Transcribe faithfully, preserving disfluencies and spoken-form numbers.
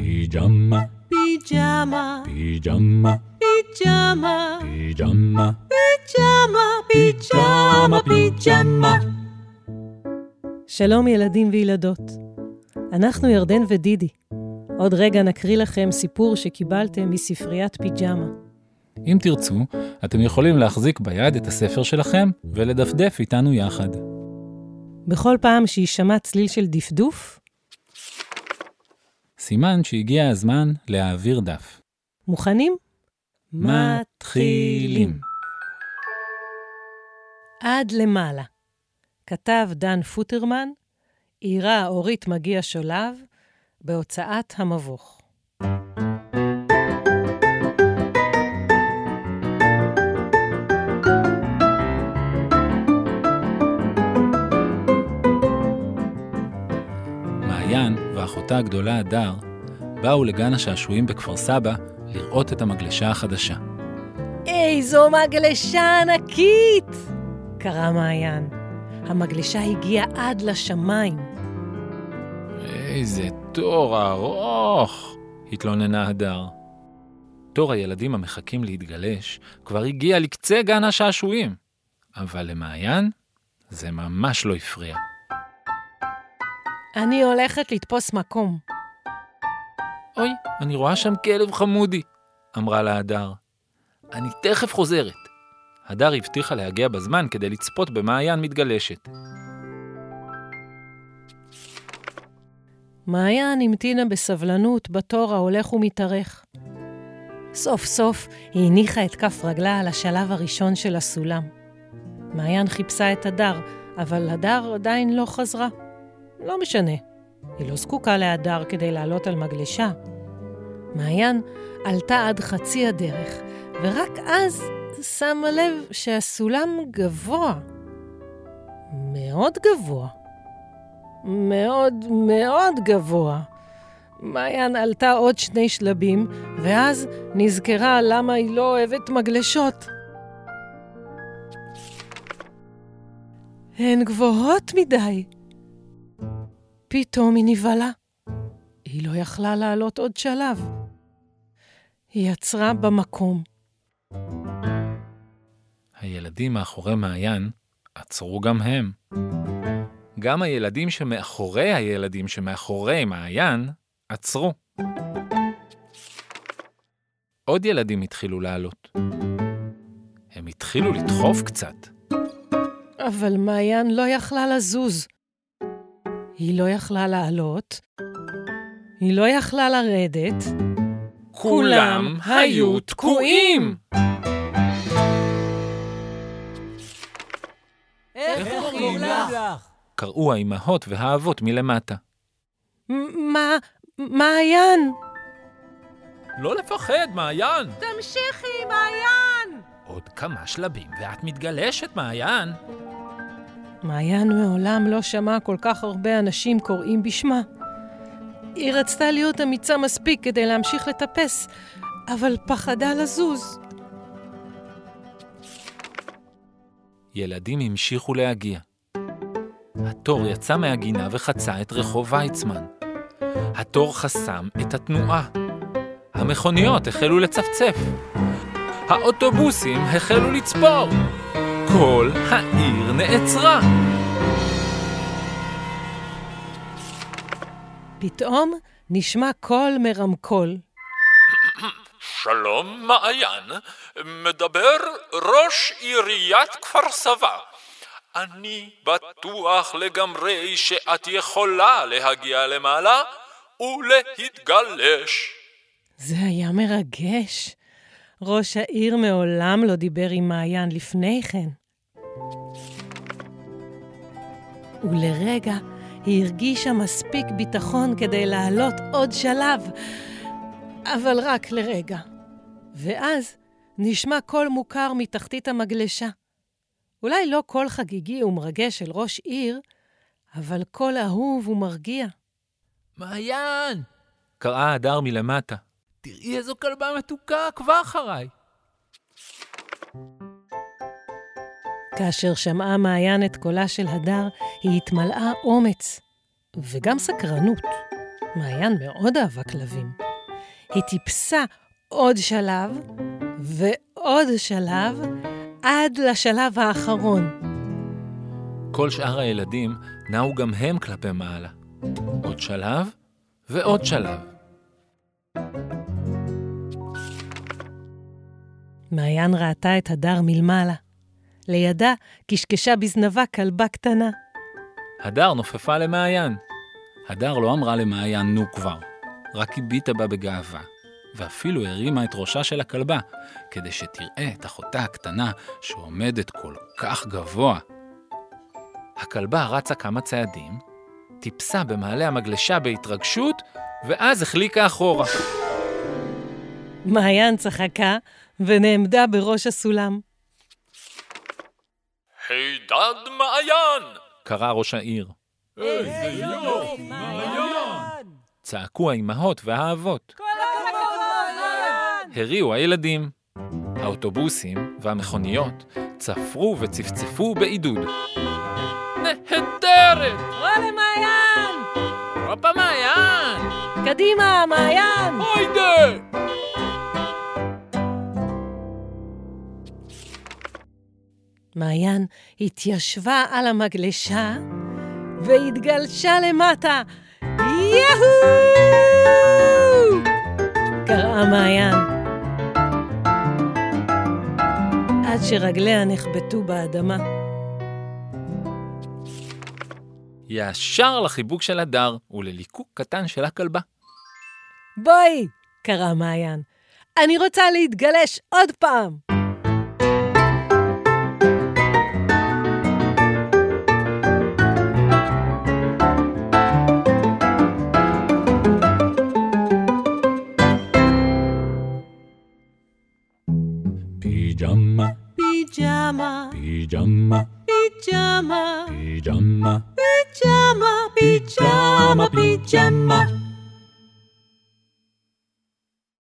פיג'מה, פיג'מה, פיג'מה, פיג'מה, פיג'מה, פיג'מה, פיג'מה, פיג'מה. שלום ילדים וילדות. אנחנו ירדן ודידי. עוד רגע נקריא לכם סיפור שקיבלתם מספריית פיג'מה. אם תרצו, אתם יכולים להחזיק ביד את הספר שלכם ולדפדף איתנו יחד. בכל פעם שישמע צליל של דפדוף, סימן שהגיע הזמן להעביר דף. מוכנים? מתחילים. עד למעלה. כתב דן פוטרמן, עירה אורית מגיע שולב, בהוצאת המבוך. מעיין ואחותה הגדולה הדר באו לגן השעשועים בכפר סבא לראות את המגלשה החדשה. איזו מגלשה ענקית! קרא מעיין. המגלשה הגיעה עד לשמיים. איזה תור ארוך! התלוננה הדר. תור הילדים המחכים להתגלש כבר הגיע לקצה גן השעשועים. אבל למעיין זה ממש לא הפריע. אני הולכת לתפוס מקום. אוי, אני רואה שם כלב חמודי, אמרה לה הדר. אני תכף חוזרת. הדר הבטיחה להגיע בזמן כדי לצפות במעיין מתגלשת. מעיין המתינה בסבלנות בתור ההולך ומתארך. סוף סוף היא הניחה את כף רגלה על השלב הראשון של הסולם. מעיין חיפשה את הדר, אבל הדר עדיין לא חזרה. לא משנה, היא לא זקוקה להדר כדי לעלות על מגלשה. מעיין עלתה עד חצי הדרך, ורק אז שמה לב שהסולם גבוה. מאוד גבוה. מאוד מאוד גבוה. מעיין עלתה עוד שני שלבים, ואז נזכרה למה היא לא אוהבת מגלשות. הן גבוהות מדי. פתאום היא נבהלה. היא לא יכלה לעלות עוד שלב. היא עצרה במקום. הילדים מאחורי מעיין עצרו גם הם. גם הילדים שמאחורי הילדים שמאחורי מעיין עצרו. עוד ילדים התחילו לעלות. הם התחילו לדחוף קצת. אבל מעיין לא יכלה לזוז. היא לא יכלה לעלות. היא לא יכלה לרדת. כולם היו תקועים. איך קוראים לך? קראו האימהות והאבות מלמטה. מה? מעיין? לא לפחד, מעיין. תמשיכי, מעיין! עוד כמה שלבים ואת מתגלשת, מעיין. מעיין מעולם לא שמע כל כך הרבה אנשים קוראים בשמה. היא רצתה להיות אמיצה מספיק כדי להמשיך לטפס, אבל פחדה לזוז. ילדים המשיכו להגיע. התור יצא מהגינה וחצה את רחוב ויצמן. התור חסם את התנועה. המכוניות החלו לצפצף. האוטובוסים החלו לצפור. כל העיר נעצרה. פתאום נשמע קול מרמקול. שלום מעיין, מדבר ראש עיריית כפר סבא. אני בטוח לגמרי שאת יכולה להגיע למעלה ולהתגלש. זה היה מרגש. ראש העיר מעולם לא דיבר עם מעיין לפני כן. ולרגע היא הרגישה מספיק ביטחון כדי לעלות עוד שלב, אבל רק לרגע. ואז נשמע קול מוכר מתחתית המגלשה. אולי לא קול חגיגי ומרגש של ראש עיר, אבל קול אהוב ומרגיע. מעיין! קראה הדר מלמטה. תראי איזו כלבה מתוקה, כבר אחריי. כאשר שמעה מעיין את קולה של הדר, היא התמלאה אומץ, וגם סקרנות. מעיין מאוד אהבה כלבים. היא טיפסה עוד שלב ועוד שלב עד לשלב האחרון. כל שאר הילדים נעו גם הם כלפי מעלה. עוד שלב ועוד שלב. מעיין ראתה את הדר מלמעלה. לידה קשקשה בזנבה כלבה קטנה. הדר נופפה למעיין. הדר לא אמרה למעיין נו כבר, רק הביטה בה בגאווה, ואפילו הרימה את ראשה של הכלבה, כדי שתראה את אחותה הקטנה שעומדת כל כך גבוה. הכלבה רצה כמה צעדים, טיפסה במעלה המגלשה בהתרגשות, ואז החליקה אחורה. מעיין צחקה ונעמדה בראש הסולם. הידד מעיין! קרא ראש העיר. איזה יופי, מעיין! צעקו האימהות והאבות. כל הכבוד! הריעו הילדים. האוטובוסים והמכוניות צפרו וצפצפו בעידוד. נהדרת! רואה למעיין! הופה מעיין! קדימה, מעיין! היידה! מעיין התיישבה על המגלשה והתגלשה למטה. יהו! קראה מעיין. עד שרגליה נחבטו באדמה. ישר לחיבוק של הדר ולליקוק קטן של הכלבה. בואי, קרא מעיין. אני רוצה להתגלש עוד פעם. פיג'מה, פיג'מה, פיג'מה, פיג'מה, פיג'מה, פיג'מה, פיג'מה, פיג'מה.